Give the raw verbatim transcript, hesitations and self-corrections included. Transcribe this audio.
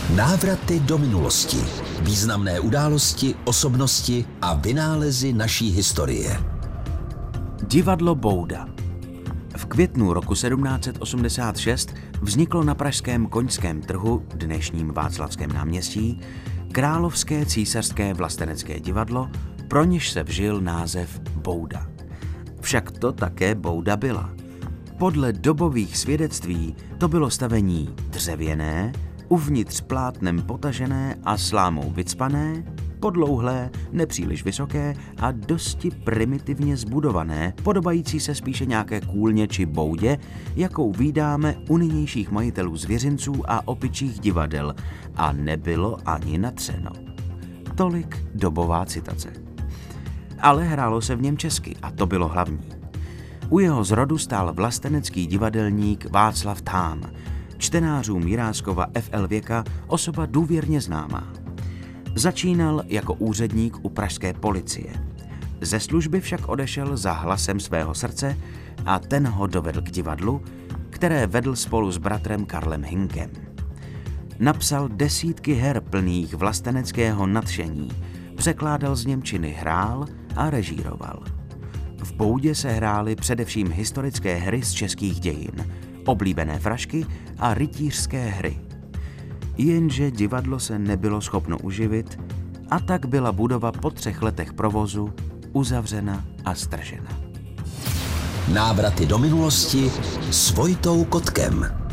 Návraty do minulosti. Významné události, osobnosti a vynálezy naší historie. Divadlo Bouda. V květnu roku sedmnáct set osmdesát šest vzniklo na pražském Koňském trhu, dnešním Václavském náměstí, Královské císařské vlastenecké divadlo, pro něž se vžil název Bouda. Však to také Bouda byla. Podle dobových svědectví to bylo stavení dřevěné, uvnitř plátnem potažené a slámou vycpané, podlouhlé, nepříliš vysoké a dosti primitivně zbudované, podobající se spíše nějaké kůlně či boudě, jakou vídáme u nynějších majitelů zvěřinců a opičích divadel, a nebylo ani natřeno. Tolik dobová citace. Ale hrálo se v něm česky a to bylo hlavní. U jeho zrodu stál vlastenecký divadelník Václav Thám, čtenářům Jiráskova F L Věka osoba důvěrně známá. Začínal jako úředník u pražské policie. Ze služby však odešel za hlasem svého srdce a ten ho dovedl k divadlu, které vedl spolu s bratrem Karlem Hynkem. Napsal desítky her plných vlasteneckého nadšení, překládal z němčiny, hrál a režíroval. V Boudě se hrály především historické hry z českých dějin, oblíbené frašky a rytířské hry. Jenže divadlo se nebylo schopno uživit a tak byla budova po třech letech provozu uzavřena a stržena. Návraty do minulosti s Vojtou Kotkem.